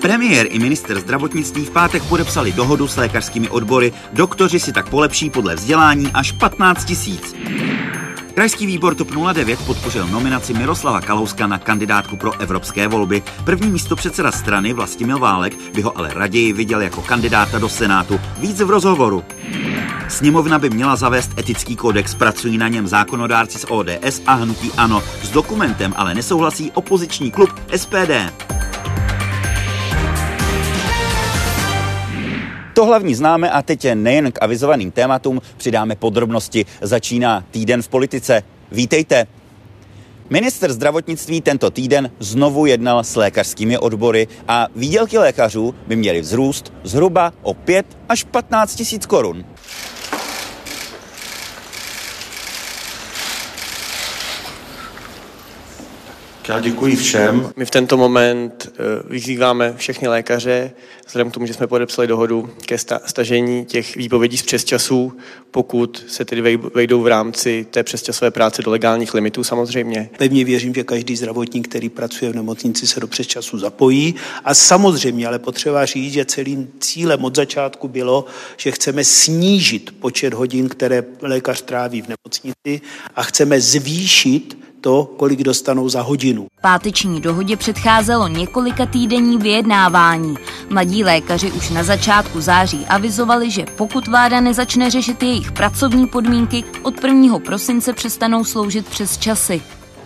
Premiér i ministr zdravotnictví v pátek podepsali dohodu s lékařskými odbory, doktoři si tak polepší podle vzdělání až 15 000. Krajský výbor TOP 09 podpořil nominaci Miroslava Kalouska na kandidátku pro evropské volby. První místopředseda strany Vlastimil Válek by ho ale raději viděl jako kandidáta do Senátu. Víc v rozhovoru. Sněmovna by měla zavést etický kodex, pracují na něm zákonodárci z ODS a hnutí ANO. S dokumentem ale nesouhlasí opoziční klub SPD. To hlavní známe a teď nejen k avizovaným tématům přidáme podrobnosti. Začíná týden v politice. Vítejte. Ministr zdravotnictví tento týden znovu jednal s lékařskými odbory a výdělky lékařů by měly vzrůst zhruba o 5 až 15 000 korun. Já děkuji všem. My v tento moment vyzýváme všechny lékaře, vzhledem k tomu, že jsme podepsali dohodu ke stažení těch výpovědí z přesčasů, pokud se tedy vejdou v rámci té přesčasové práce do legálních limitů samozřejmě. Pevně věřím, že každý zdravotník, který pracuje v nemocnici, se do přesčasu zapojí. A samozřejmě, ale potřeba říct, že celým cílem od začátku bylo, že chceme snížit počet hodin, které lékař tráví v nemocnici a chceme zvýšit to, kolik dostanou za hodinu. Páteční dohodě předcházelo několika týdenní vyjednávání. Mladí lékaři už na začátku září avizovali, že pokud vláda nezačne řešit jejich pracovní podmínky, od 1. prosince přestanou sloužit přesčasy.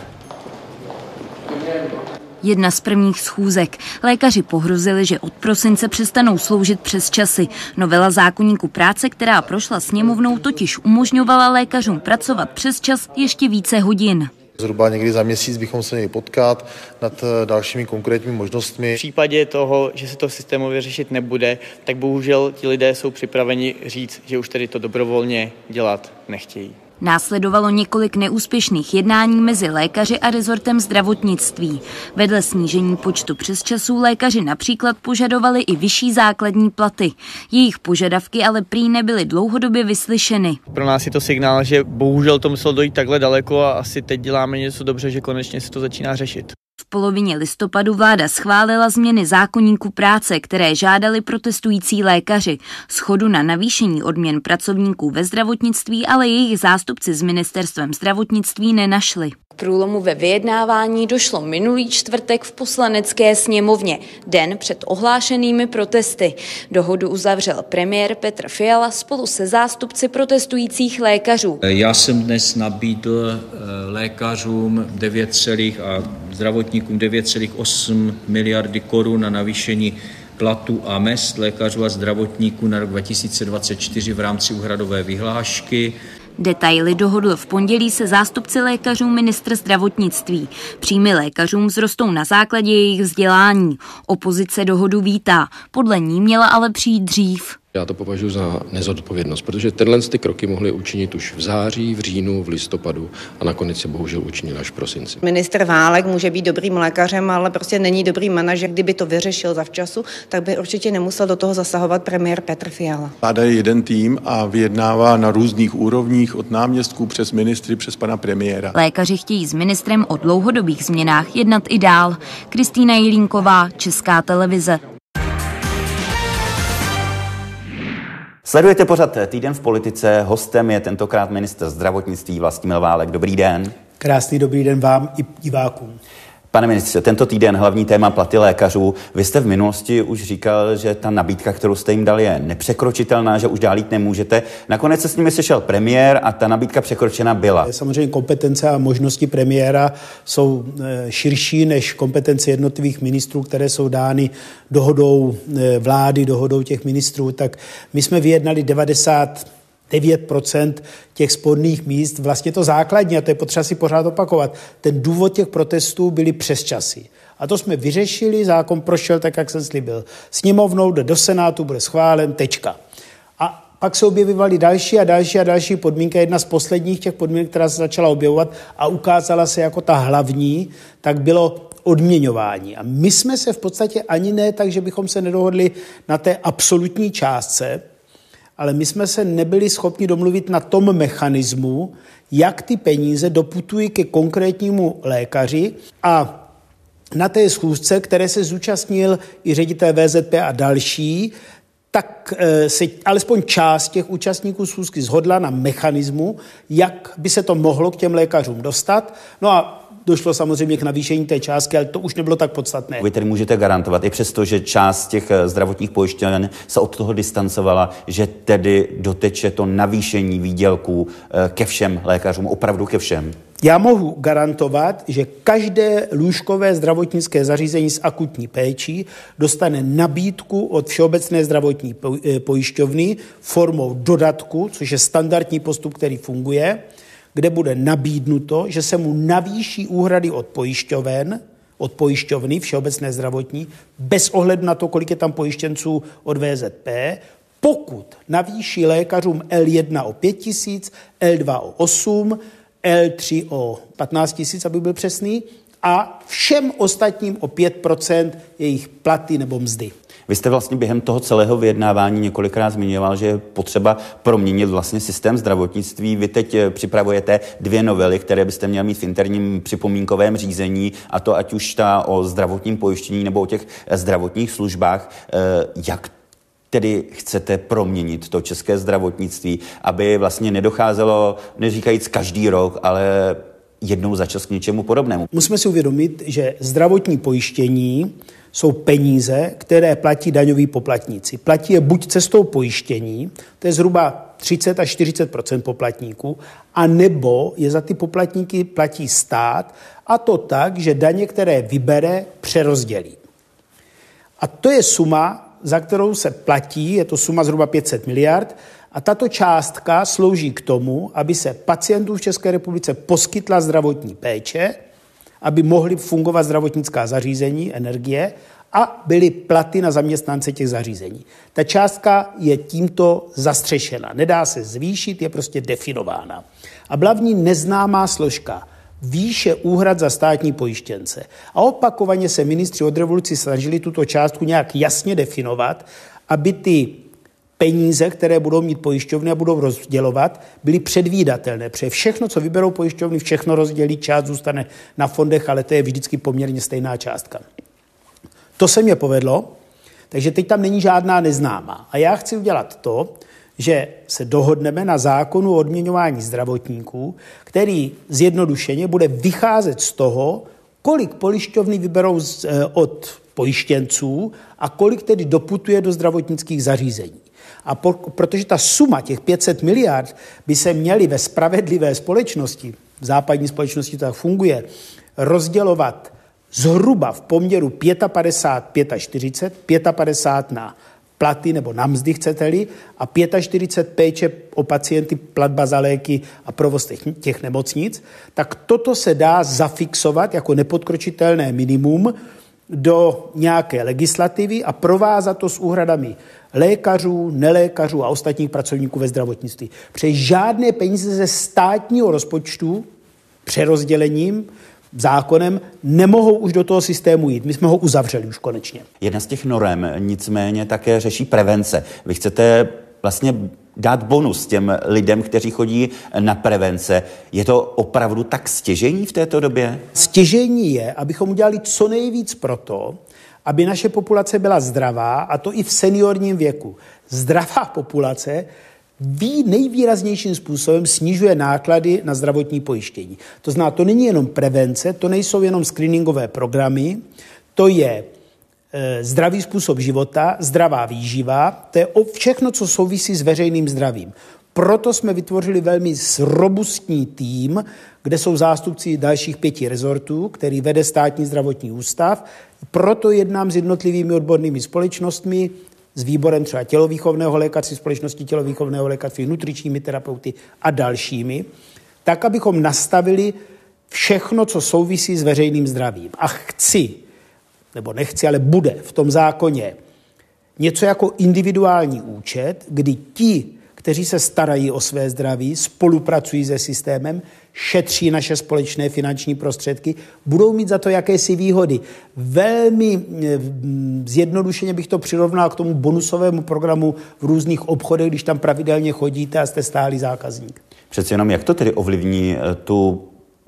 Jedna z prvních schůzek. Lékaři pohrozili, že od prosince přestanou sloužit přesčasy. Novela zákoníku práce, která prošla sněmovnou, totiž umožňovala lékařům pracovat přesčas ještě více hodin. Zhruba někdy za měsíc bychom se měli potkat nad dalšími konkrétními možnostmi. V případě toho, že se to systémově řešit nebude, tak bohužel ti lidé jsou připraveni říct, že už tedy to dobrovolně dělat nechtějí. Následovalo několik neúspěšných jednání mezi lékaři a rezortem zdravotnictví. Vedle snížení počtu přesčasů lékaři například požadovali i vyšší základní platy. Jejich požadavky ale prý nebyly dlouhodobě vyslyšeny. Pro nás je to signál, že bohužel to muselo dojít takhle daleko a asi teď děláme něco dobře, že konečně se to začíná řešit. V polovině listopadu vláda schválila změny zákoníku práce, které žádali protestující lékaři. Shodu na navýšení odměn pracovníků ve zdravotnictví ale jejich zástupci s ministerstvem zdravotnictví nenašli. K průlomu ve vyjednávání došlo minulý čtvrtek v Poslanecké sněmovně, den před ohlášenými protesty. Dohodu uzavřel premiér Petr Fiala spolu se zástupci protestujících lékařů. Já jsem dnes nabídl lékařům zdravotníkům 9,8 miliardy korun na navýšení platů a mezd lékařů a zdravotníků na rok 2024 v rámci úhradové vyhlášky. Detaily dohodl v pondělí se zástupci lékařů ministr zdravotnictví. Příjmy lékařům vzrostou na základě jejich vzdělání. Opozice dohodu vítá, podle ní měla ale přijít dřív. Já to považuji za nezodpovědnost, protože ty kroky mohly učinit už v září, v říjnu, v listopadu a nakonec se bohužel učinil až v prosinci. Ministr Válek může být dobrým lékařem, ale prostě není dobrý manažer. Kdyby to vyřešil zavčasu, tak by určitě nemusel do toho zasahovat premiér Petr Fiala. Vláda je jeden tým a vyjednává na různých úrovních od náměstků přes ministry, přes pana premiéra. Lékaři chtějí s ministrem o dlouhodobých změnách jednat i dál. Kristýna Jelínková, Česká televize. Sledujete pořad Týden v politice, hostem je tentokrát ministr zdravotnictví Vlastimil Válek. Dobrý den. Krásný dobrý den vám i divákům. Pane ministře, tento týden hlavní téma platy lékařů. Vy jste v minulosti už říkal, že ta nabídka, kterou jste jim dal, je nepřekročitelná, že už dál jít nemůžete. Nakonec se s nimi sešel premiér a ta nabídka překročena byla. Samozřejmě kompetence a možnosti premiéra jsou širší než kompetence jednotlivých ministrů, které jsou dány dohodou vlády, dohodou těch ministrů. Tak my jsme vyjednali 99% těch sporných míst, vlastně to základní, a to je potřeba si pořád opakovat. Ten důvod těch protestů byly přesčasy. A to jsme vyřešili, zákon prošel tak, jak jsem slíbil. Sněmovnou jde do Senátu, bude schválen, tečka. A pak se objevovaly další a další podmínky. Jedna z posledních těch podmínek, která se začala objevovat a ukázala se jako ta hlavní, tak bylo odměňování. A my jsme se v podstatě ani ne tak, že bychom se nedohodli na té absolutní částce, ale my jsme se nebyli schopni domluvit na tom mechanismu, jak ty peníze doputují ke konkrétnímu lékaři a na té schůzce, které se zúčastnil i ředitel VZP a další, tak se alespoň část těch účastníků schůzky shodla na mechanismu, jak by se to mohlo k těm lékařům dostat. No a došlo samozřejmě k navýšení té částky, ale to už nebylo tak podstatné. Vy tedy můžete garantovat, i přesto, že část těch zdravotních pojišťoven se od toho distancovala, že tedy doteče to navýšení výdělků ke všem lékařům, opravdu ke všem? Já mohu garantovat, že každé lůžkové zdravotnické zařízení s akutní péčí dostane nabídku od Všeobecné zdravotní pojišťovny formou dodatku, což je standardní postup, který funguje, kde bude nabídnuto, že se mu navýší úhrady od pojišťovny Všeobecné zdravotní, bez ohledu na to, kolik je tam pojištěnců od VZP, pokud navýší lékařům L1 o 5 000, L2 o 8, L3 o 15 000, aby byl přesný, a všem ostatním o 5% jejich platy nebo mzdy. Vy jste vlastně během toho celého vyjednávání několikrát zmiňoval, že je potřeba proměnit vlastně systém zdravotnictví. Vy teď připravujete 2 novely, které byste měli mít v interním připomínkovém řízení, a to ať už ta o zdravotním pojištění nebo o těch zdravotních službách. Jak tedy chcete proměnit to české zdravotnictví, aby vlastně nedocházelo, neříkajíc každý rok, ale jednou za čas k něčemu podobnému? Musíme si uvědomit, že zdravotní pojištění jsou peníze, které platí daňoví poplatníci. Platí je buď cestou pojištění, to je zhruba 30 až 40% poplatníků, a nebo je za ty poplatníky platí stát, a to tak, že daně, které vybere, přerozdělí. A to je suma, za kterou se platí, je to suma zhruba 500 miliard, a tato částka slouží k tomu, aby se pacientům v České republice poskytla zdravotní péče, aby mohly fungovat zdravotnická zařízení, energie, a byly platy na zaměstnance těch zařízení. Ta částka je tímto zastřešena. Nedá se zvýšit, je prostě definována. A hlavní neznámá složka, výše úhrad za státní pojištěnce. A opakovaně se ministři od revoluce snažili tuto částku nějak jasně definovat, aby ty peníze, které budou mít pojišťovny a budou rozdělovat, byly předvídatelné. Protože všechno, co vyberou pojišťovny, všechno rozdělí, část zůstane na fondech, ale to je vždycky poměrně stejná částka. To se mě povedlo, takže teď tam není žádná neznámá. A já chci udělat to, že se dohodneme na zákonu o odměňování zdravotníků, který zjednodušeně bude vycházet z toho, kolik pojišťovny vyberou od pojištěnců a kolik tedy doputuje do zdravotnických zařízení. A protože ta suma těch 500 miliard by se měly ve spravedlivé společnosti, v západní společnosti to tak funguje, rozdělovat zhruba v poměru 55-45, 55 na platy nebo na mzdy, chcete-li, a 45 péče o pacienty, platba za léky a provoz těch nemocnic, tak toto se dá zafixovat jako nepodkročitelné minimum do nějaké legislativy a provázat to s úhradami lékařů, nelékařů a ostatních pracovníků ve zdravotnictví. Protože žádné peníze ze státního rozpočtu přerozdělením, zákonem nemohou už do toho systému jít. My jsme ho uzavřeli už konečně. Jedna z těch norem nicméně také řeší prevence. Vy chcete vlastně dát bonus těm lidem, kteří chodí na prevence. Je to opravdu tak stěžejní v této době? Stěžejní je, abychom udělali co nejvíc proto, aby naše populace byla zdravá, a to i v seniorním věku. Zdravá populace nejvýraznějším způsobem snižuje náklady na zdravotní pojištění. To znamená, to není jenom prevence, to nejsou jenom screeningové programy, to je zdravý způsob života, zdravá výživa, to je všechno, co souvisí s veřejným zdravím. Proto jsme vytvořili velmi robustní tým, kde jsou zástupci dalších 5 rezortů, který vede Státní zdravotní ústav. Proto jednám s jednotlivými odbornými společnostmi, s výborem třeba tělovýchovného lékařství, společnosti tělovýchovného lékařství, nutričními terapeuty a dalšími, tak, abychom nastavili všechno, co souvisí s veřejným zdravím. A nechci, ale bude v tom zákoně něco jako individuální účet, kdy ti, kteří se starají o své zdraví, spolupracují se systémem, šetří naše společné finanční prostředky, budou mít za to jakési výhody. Velmi zjednodušeně bych to přirovnal k tomu bonusovému programu v různých obchodech, když tam pravidelně chodíte a jste stálý zákazník. Přece jenom jak to tedy ovlivní tu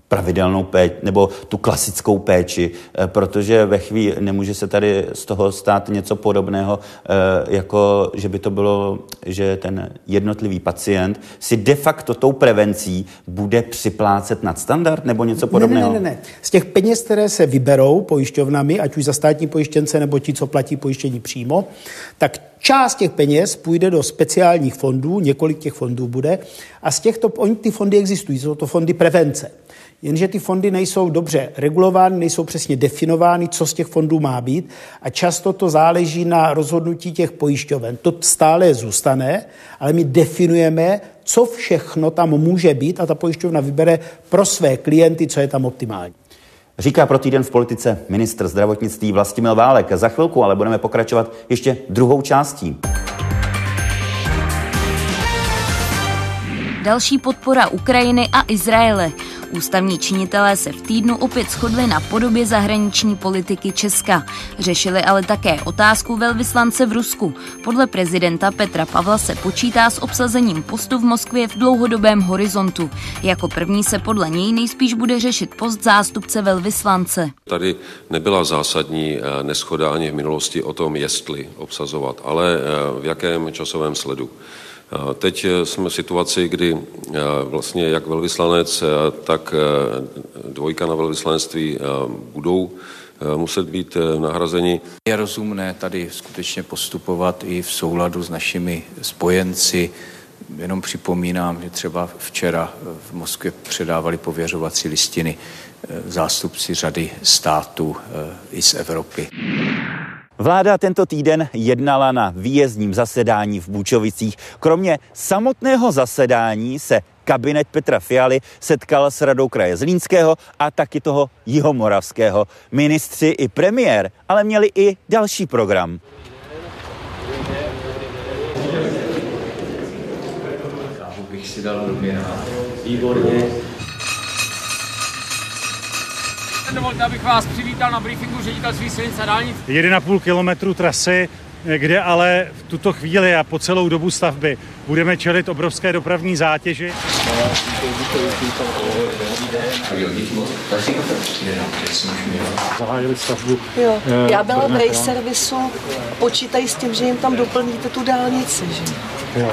pravidelnou péči nebo tu klasickou péči, protože ve chvíli nemůže se tady z toho stát něco podobného, jako že by to bylo, že ten jednotlivý pacient si de facto tou prevencí bude připlácet nadstandard nebo něco podobného? Ne. Z těch peněz, které se vyberou pojišťovnami, ať už za státní pojištěnce nebo ti, co platí pojištění přímo, tak část těch peněz půjde do speciálních fondů, několik těch fondů bude, a z těchto, ty fondy existují, jsou to fondy prevence. Jenže ty fondy nejsou dobře regulovány, nejsou přesně definovány, co z těch fondů má být, a často to záleží na rozhodnutí těch pojišťoven. To stále zůstane, ale my definujeme, co všechno tam může být, a ta pojišťovna vybere pro své klienty, co je tam optimální. Říká pro Týden v politice ministr zdravotnictví Vlastimil Válek. Za chvilku ale budeme pokračovat ještě druhou částí. Další podpora Ukrajiny a Izraele. Ústavní činitelé se v týdnu opět shodli na podobě zahraniční politiky Česka. Řešili ale také otázku velvyslance v Rusku. Podle prezidenta Petra Pavla se počítá s obsazením postu v Moskvě v dlouhodobém horizontu. Jako první se podle něj nejspíš bude řešit post zástupce velvyslance. Tady nebyla zásadní neshoda ani v minulosti o tom, jestli obsazovat, ale v jakém časovém sledu. Teď jsme v situaci, kdy vlastně jak velvyslanec, tak dvojka na velvyslanectví budou muset být nahrazeni. Je rozumné tady skutečně postupovat i v souladu s našimi spojenci. Jenom připomínám, že třeba včera v Moskvě předávali pověřovací listiny zástupci řady států i z Evropy. Vláda tento týden jednala na výjezdním zasedání v Bučovicích. Kromě samotného zasedání se kabinet Petra Fialy setkal s radou kraje Zlínského a taky toho jihomoravského. Ministři i premiér ale měli i další program. Kávu bych si dal do běha. Výborně. Dovolte, abych vás přivítal na briefingu ředitelství silnic a dálnic. 1,5 kilometru trasy, kde ale v tuto chvíli a po celou dobu stavby budeme čelit obrovské dopravní zátěži. Zahájili stavbu. Jo, já byla v rejservisu, počítají s tím, že jim tam doplníte tu dálnici, že? Jo.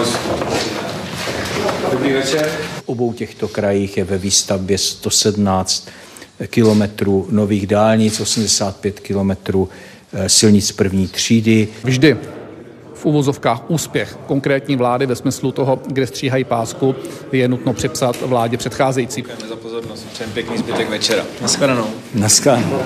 Dobrý večer. V obou těchto krajích je ve výstavbě 117 kilometrů nových dálnic, 85 kilometrů silnic první třídy. Vždy v uvozovkách úspěch konkrétní vlády ve smyslu toho, kde stříhají pásku, je nutno připsat vládě předcházející. Děkujeme za pozornost, přejeme pěkný zbytek večera. Naschledanou.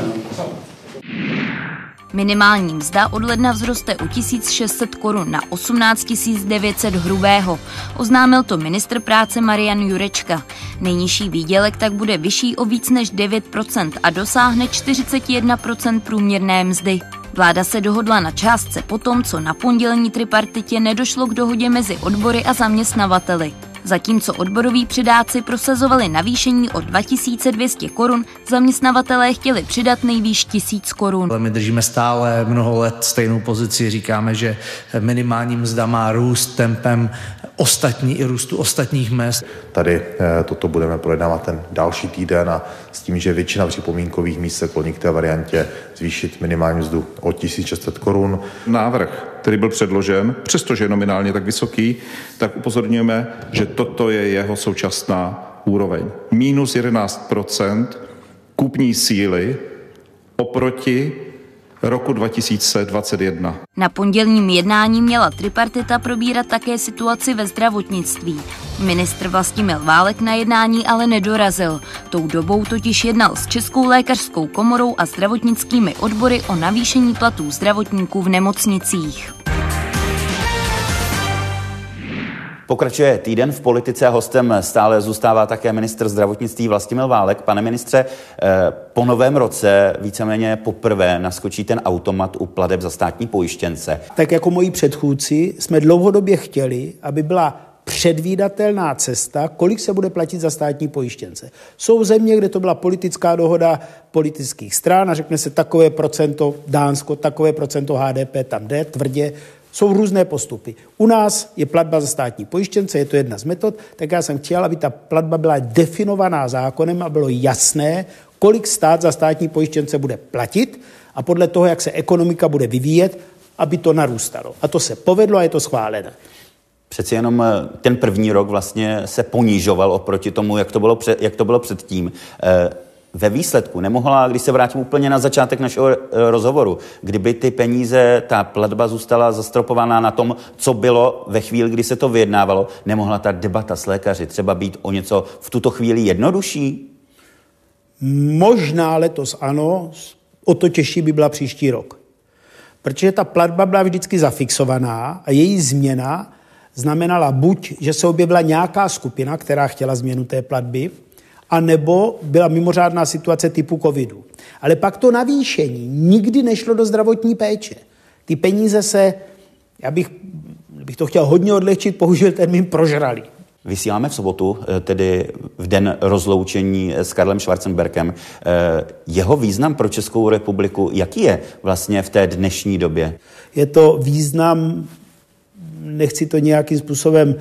Minimální mzda od ledna vzroste o 1600 korun na 18 900 hrubého. Oznámil to ministr práce Marian Jurečka. Nejnižší výdělek tak bude vyšší o víc než 9% a dosáhne 41% průměrné mzdy. Vláda se dohodla na částce po tom, co na pondělní tripartitě nedošlo k dohodě mezi odbory a zaměstnavateli. Zatímco odboroví přidáci prosazovali navýšení o 2200 korun, zaměstnavatelé chtěli přidat nejvýš 1000 korun. Ale my držíme stále mnoho let stejnou pozici, říkáme, že minimální mzda má růst tempem ostatní i růstu ostatních mezd. Tady toto budeme projednávat ten další týden a s tím, že většina připomínkových míst se kloní k té variantě zvýšit minimální mzdu o 1600 korun. Návrh, který byl předložen, přestože je nominálně tak vysoký, tak upozorňujeme, že toto je jeho současná úroveň. Minus 11% kupní síly oproti roku 2021. Na pondělním jednání měla tripartita probírat také situaci ve zdravotnictví. Ministr Vlastimil Válek na jednání ale nedorazil. Tou dobou totiž jednal s Českou lékařskou komorou a zdravotnickými odbory o navýšení platů zdravotníků v nemocnicích. Pokračuje Týden v politice a hostem stále zůstává také ministr zdravotnictví Vlastimil Válek. Pane ministře, po novém roce víceméně poprvé naskočí ten automat u plateb za státní pojištěnce. Tak jako moji předchůdci jsme dlouhodobě chtěli, aby byla předvídatelná cesta, kolik se bude platit za státní pojištěnce. Jsou země, kde to byla politická dohoda politických stran a řekne se takové procento Dánsko, takové procento HDP tam jde, tvrdě Jsou různé postupy. U nás je platba za státní pojištěnce, je to jedna z metod, tak já jsem chtěl, aby ta platba byla definovaná zákonem a bylo jasné, kolik stát za státní pojištěnce bude platit a podle toho, jak se ekonomika bude vyvíjet, aby to narůstalo. A to se povedlo a je to schválené. Přeci jenom ten první rok vlastně se ponižoval oproti tomu, jak to bylo předtím. Ve výsledku nemohla, když se vrátím úplně na začátek našeho rozhovoru, kdyby ty peníze, ta platba zůstala zastropovaná na tom, co bylo ve chvíli, kdy se to vyjednávalo, nemohla ta debata s lékaři třeba být o něco v tuto chvíli jednodušší? Možná letos ano, o to těžší by byla příští rok. Protože ta platba byla vždycky zafixovaná a její změna znamenala buď, že se objevila nějaká skupina, která chtěla změnu té platby, anebo byla mimořádná situace typu covidu. Ale pak to navýšení nikdy nešlo do zdravotní péče. Ty peníze se, já bych to chtěl hodně odlehčit, použil termín prožrali. Vysíláme v sobotu, tedy v den rozloučení s Karlem Schwarzenbergem. Jeho význam pro Českou republiku, jaký je vlastně v té dnešní době? Je to význam, nechci to nějakým způsobem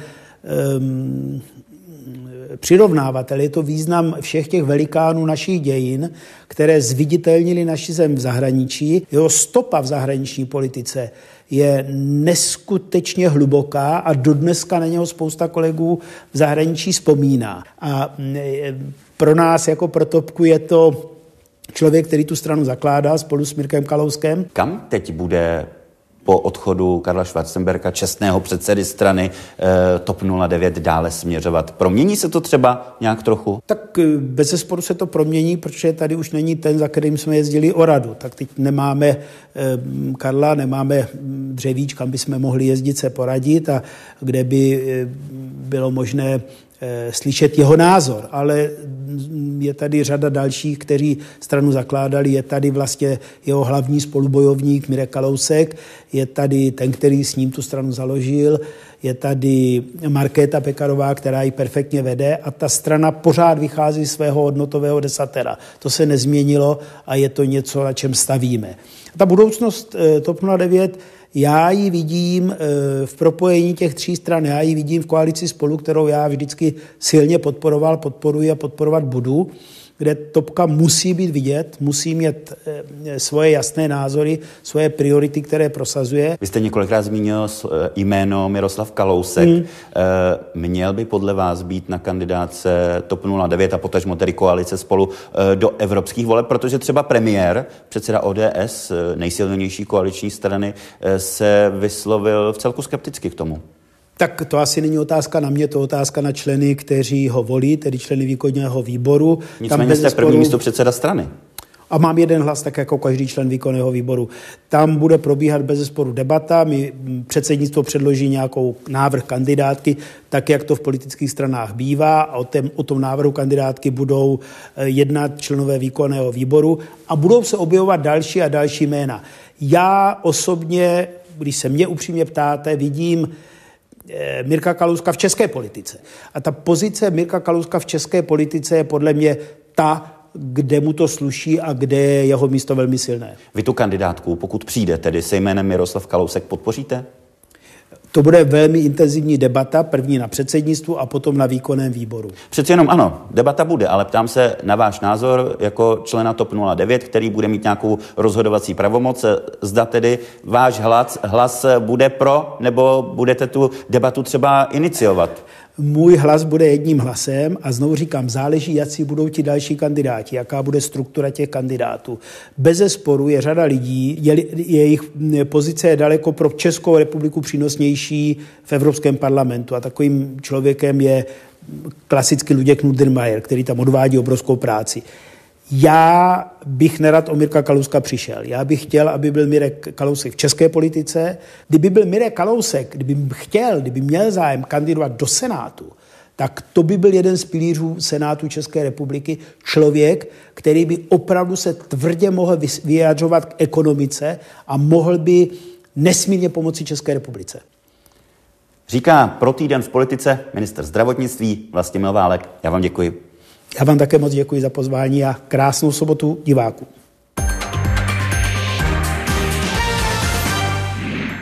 přirovnávat, ale je to význam všech těch velikánů našich dějin, které zviditelnili naši zem v zahraničí. Jeho stopa v zahraniční politice je neskutečně hluboká a dodneska na něho spousta kolegů v zahraničí vzpomíná. A pro nás jako pro Topku je to člověk, který tu stranu zakládá spolu s Mirkem Kalouskem. Kam teď bude po odchodu Karla Schwarzenberga, čestného předsedy strany TOP 09, dále směřovat? Promění se to třeba nějak trochu? Tak bezesporu se to promění, protože tady už není ten, za kterým jsme jezdili o radu. Tak teď nemáme Karla, nemáme Dřevíč, kam bychom mohli jezdit se poradit a kde by bylo možné slyšet jeho názor, ale je tady řada dalších, kteří stranu zakládali, je tady vlastně jeho hlavní spolubojovník Mirek Kalousek, je tady ten, který s ním tu stranu založil, je tady Markéta Pekarová, která ji perfektně vede a ta strana pořád vychází z svého hodnotového desatera. To se nezměnilo a je to něco, na čem stavíme. Ta budoucnost TOP 09, já ji vidím v propojení těch tří stran, já ji vidím v koalici Spolu, kterou já vždycky silně podporoval, podporuji a podporovat budu, kde Topka musí být vidět, musí mít svoje jasné názory, svoje priority, které prosazuje. Vy jste několikrát zmínil jméno Miroslav Kalousek. Měl by podle vás být na kandidáce TOP 09 a potažmo tedy koalice Spolu do evropských voleb, protože třeba premiér, předseda ODS, nejsilnější koaliční strany, se vyslovil vcelku skepticky k tomu? Tak to asi není otázka na mě, to otázka na členy, kteří ho volí, tedy členy výkonného výboru. Nicméně jste první místopředseda strany. A mám jeden hlas, tak jako každý člen výkonného výboru. Tam bude probíhat bezesporu debata, my předsednictvo předloží nějakou návrh kandidátky, tak jak to v politických stranách bývá a o tom návrhu kandidátky budou jednat členové výkonného výboru a budou se objevovat další a další jména. Já osobně, když se mě upřímně ptáte, vidím Mirka Kalouska v české politice. A ta pozice Mirka Kalouska v české politice je podle mě ta, kde mu to sluší a kde je jeho místo velmi silné. Vy tu kandidátku, pokud přijde tedy se jménem Miroslav Kalousek, podpoříte? To bude velmi intenzivní debata, první na předsednictvu a potom na výkonném výboru. Přeci jenom ano, debata bude, ale ptám se na váš názor jako člena TOP 09, který bude mít nějakou rozhodovací pravomoc. Zda tedy váš hlas bude pro, nebo budete tu debatu třeba iniciovat? Můj hlas bude jedním hlasem a znovu říkám, záleží, jaký budou ti další kandidáti, jaká bude struktura těch kandidátů. Bezesporu je řada lidí, jejich pozice je daleko pro Českou republiku přínosnější v Evropském parlamentu a takovým člověkem je klasicky Luděk Nudermajer, který tam odvádí obrovskou práci. Já bych nerad o Mirka Kalouska přišel. Já bych chtěl, aby byl Mirek Kalousek v české politice. Kdyby byl Mirek Kalousek, kdyby měl zájem kandidovat do Senátu, tak to by byl jeden z pilířů Senátu České republiky. Člověk, který by opravdu se tvrdě mohl vyjadřovat k ekonomice a mohl by nesmírně pomoci České republice. Říká pro týden v politice ministr zdravotnictví Vlastimil Válek. Já vám děkuji. Já vám také moc děkuji za pozvání a krásnou sobotu divákům.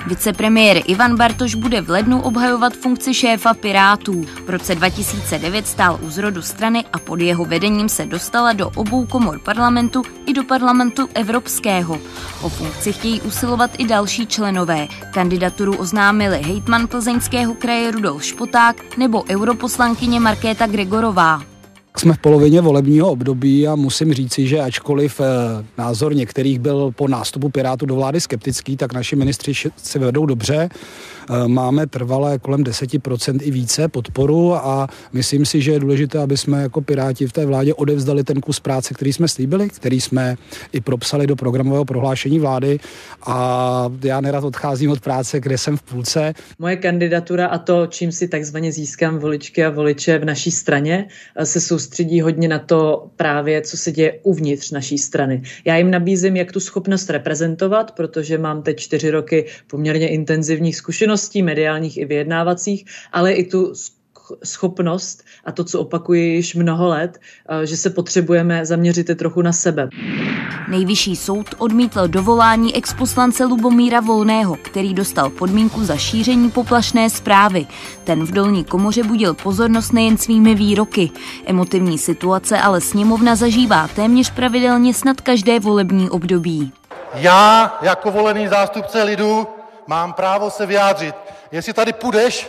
Vicepremiér Ivan Bartoš bude v lednu obhajovat funkci šéfa Pirátů. V roce 2009 stál u zrodu strany a pod jeho vedením se dostala do obou komor parlamentu i do parlamentu evropského. O funkci chtějí usilovat i další členové. Kandidaturu oznámili hejtman Plzeňského kraje Rudolf Špoták nebo europoslankyně Markéta Gregorová. Jsme v polovině volebního období a musím říci, že ačkoliv názor některých byl po nástupu Pirátů do vlády skeptický, tak naši ministři si vedou dobře. Máme trvalé kolem 10% i více podporu a myslím si, že je důležité, aby jsme jako Piráti v té vládě odevzdali ten kus práce, který jsme slíbili, který jsme i propsali do programového prohlášení vlády a já nerad odcházím od práce, kde jsem v půlce. Moje kandidatura a to, čím si takzvaně získám voličky a voliče v naší straně, se soustředí hodně na to právě, co se děje uvnitř naší strany. Já jim nabízím, jak tu schopnost reprezentovat, protože mám teď 4 roky poměrně intenzivních zkušeností, mediálních i vyjednávacích, ale i tu schopnost a to, co opakuji již mnoho let, že se potřebujeme zaměřit trochu na sebe. Nejvyšší soud odmítl dovolání exposlance Lubomíra Volného, který dostal podmínku za šíření poplašné zprávy. Ten v dolní komoře budil pozornost nejen svými výroky. Emotivní situace ale sněmovna zažívá téměř pravidelně snad každé volební období. Já jako volený zástupce lidu mám právo se vyjádřit. Jestli tady půjdeš,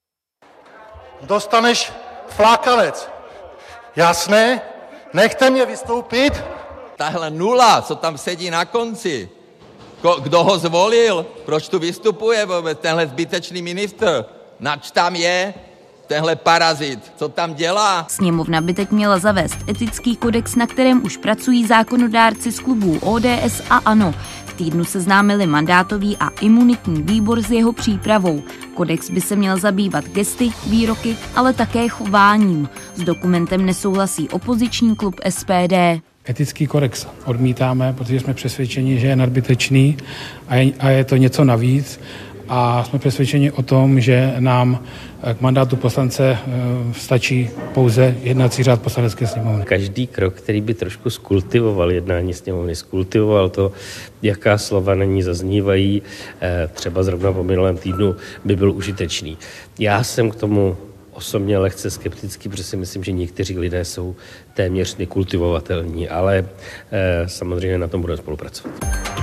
dostaneš flákanec. Jasné? Nechte mě vystoupit. Tahle nula, co tam sedí na konci. Kdo ho zvolil? Proč tu vystupuje vůbec tenhle zbytečný ministr? Nač tam je? Tenhle parazit, co tam dělá? Sněmovna by teď měla zavést etický kodex, na kterém už pracují zákonodárci z klubů ODS a ANO. V týdnu seznámili mandátový a imunitní výbor s jeho přípravou. Kodex by se měl zabývat gesty, výroky, ale také chováním. S dokumentem nesouhlasí opoziční klub SPD. Etický kodex odmítáme, protože jsme přesvědčeni, že je nadbytečný a je to něco navíc. A jsme přesvědčeni o tom, že nám k mandátu poslance stačí pouze jednací řád Poslanecké sněmovny. Každý krok, který by trošku skultivoval jednání sněmovny, skultivoval to, jaká slova na ní zaznívají, třeba zrovna po minulém týdnu, by byl užitečný. Já jsem k tomu osobně lehce skeptický, protože si myslím, že někteří lidé jsou téměř nekultivovatelní, ale samozřejmě na tom budeme spolupracovat.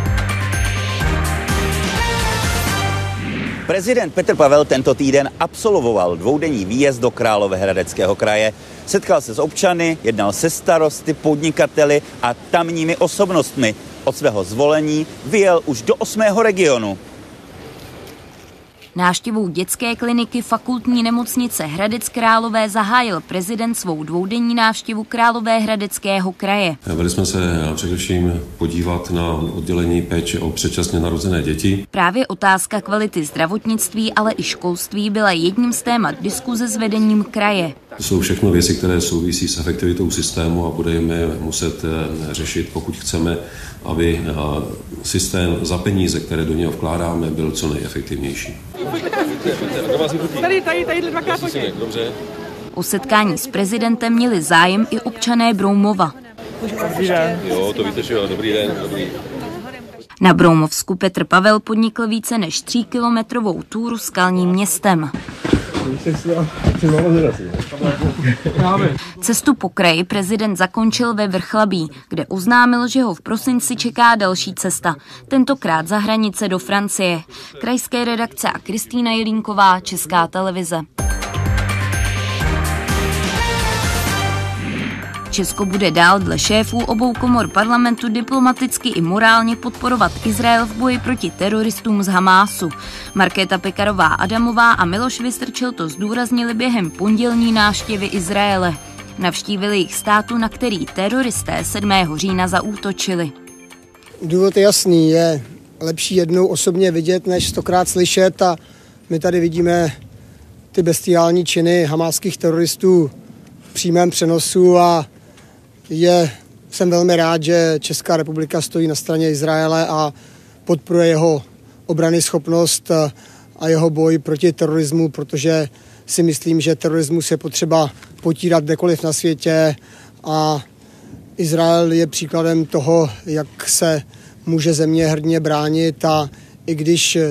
Prezident Petr Pavel tento týden absolvoval dvoudenní výjezd do Královéhradeckého kraje. Setkal se s občany, jednal se starosty, podnikateli a tamními osobnostmi. Od svého zvolení vyjel už do 8. regionu. Návštěvou dětské kliniky fakultní nemocnice Hradec Králové zahájil prezident svou dvoudenní návštěvu Královéhradeckého kraje. Byli jsme se především podívat na oddělení péče o předčasně narozené děti. Právě otázka kvality zdravotnictví, ale i školství byla jedním z témat diskuze s vedením kraje. To jsou všechno věci, které souvisí s efektivitou systému a budeme muset řešit, pokud chceme, aby systém za peníze, které do něho vkládáme, byl co nejefektivnější. Tady dvakrát pojďte. O setkání s prezidentem měli zájem i občané Broumova. Dobrý den. Jo, to víte, že jo, dobrý den, dobrý. Na Broumovsku Petr Pavel podnikl více než 3kilometrovou túru skalním městem. Cestu po kraji prezident zakončil ve Vrchlabí, kde oznámil, že ho v prosinci čeká další cesta, tentokrát za hranice do Francie. Krajské redakce a Kristýna Jelínková, Česká televize. Česko bude dál dle šéfů obou komor parlamentu diplomaticky i morálně podporovat Izrael v boji proti teroristům z Hamásu. Markéta Pekarová Adamová a Miloš Vystrčil to zdůraznili během pondělní návštěvy Izraele. Navštívili jich státu, na který teroristé 7. října zaútočili. Důvod je jasný, je lepší jednou osobně vidět, než 100krát slyšet a my tady vidíme ty bestiální činy hamáských teroristů v přímém přenosu a jsem velmi rád, že Česká republika stojí na straně Izraele a podporuje jeho obranný schopnost a jeho boj proti terorismu, protože si myslím, že terorismus je potřeba potírat kdekoliv na světě a Izrael je příkladem toho, jak se může země hrdně bránit a i když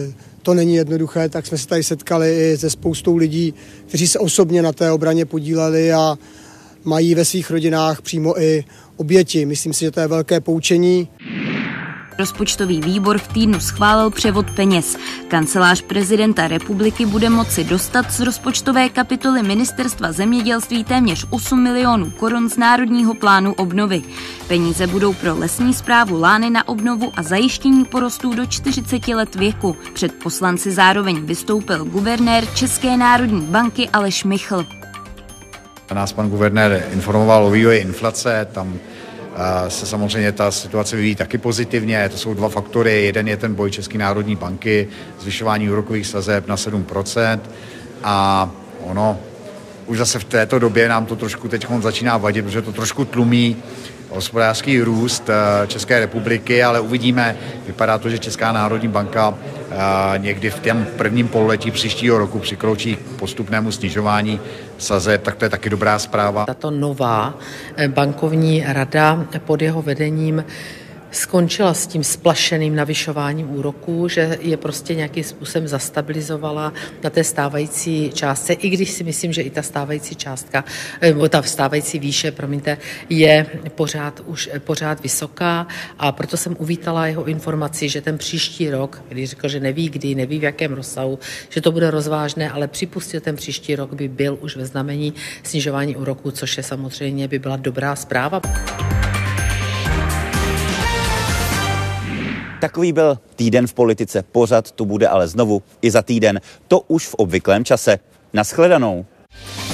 to není jednoduché, tak jsme se tady setkali i se spoustou lidí, kteří se osobně na té obraně podíleli a mají ve svých rodinách přímo i oběti. Myslím si, že to je velké poučení. Rozpočtový výbor v týdnu schválil převod peněz. Kancelář prezidenta republiky bude moci dostat z rozpočtové kapitoly Ministerstva zemědělství téměř 8 milionů korun z Národního plánu obnovy. Peníze budou pro lesní správu Lány na obnovu a zajištění porostů do 40 let věku. Před poslanci zároveň vystoupil guvernér České národní banky Aleš Michl. Nás pan guvernér informoval o vývoji inflace, tam se samozřejmě ta situace vyvíjí taky pozitivně. To jsou dva faktory. Jeden je ten boj České národní banky, zvyšování úrokových sazeb na 7%. A ono už zase v této době nám to trošku teď začíná vadit, protože to trošku tlumí hospodářský růst České republiky, ale uvidíme. Vypadá to, že Česká národní banka někdy v tom prvním pololetí příštího roku přikročí k postupnému snižování sazeb, tak to je taky dobrá zpráva. Tato nová bankovní rada pod jeho vedením skončila s tím splašeným navyšováním úroků, že je prostě nějakým způsobem zastabilizovala na té stávající částce, i když si myslím, že i ta stávající částka, ta stávající výše, je pořád vysoká, a proto jsem uvítala jeho informaci, že ten příští rok, když řekl, že neví kdy, neví v jakém rozsahu, že to bude rozvážné, ale připustil, ten příští rok by byl už ve znamení snižování úroků, což je samozřejmě by byla dobrá zpráva. Takový byl týden v politice. Pořad tu bude ale znovu i za týden. To už v obvyklém čase. Naschledanou.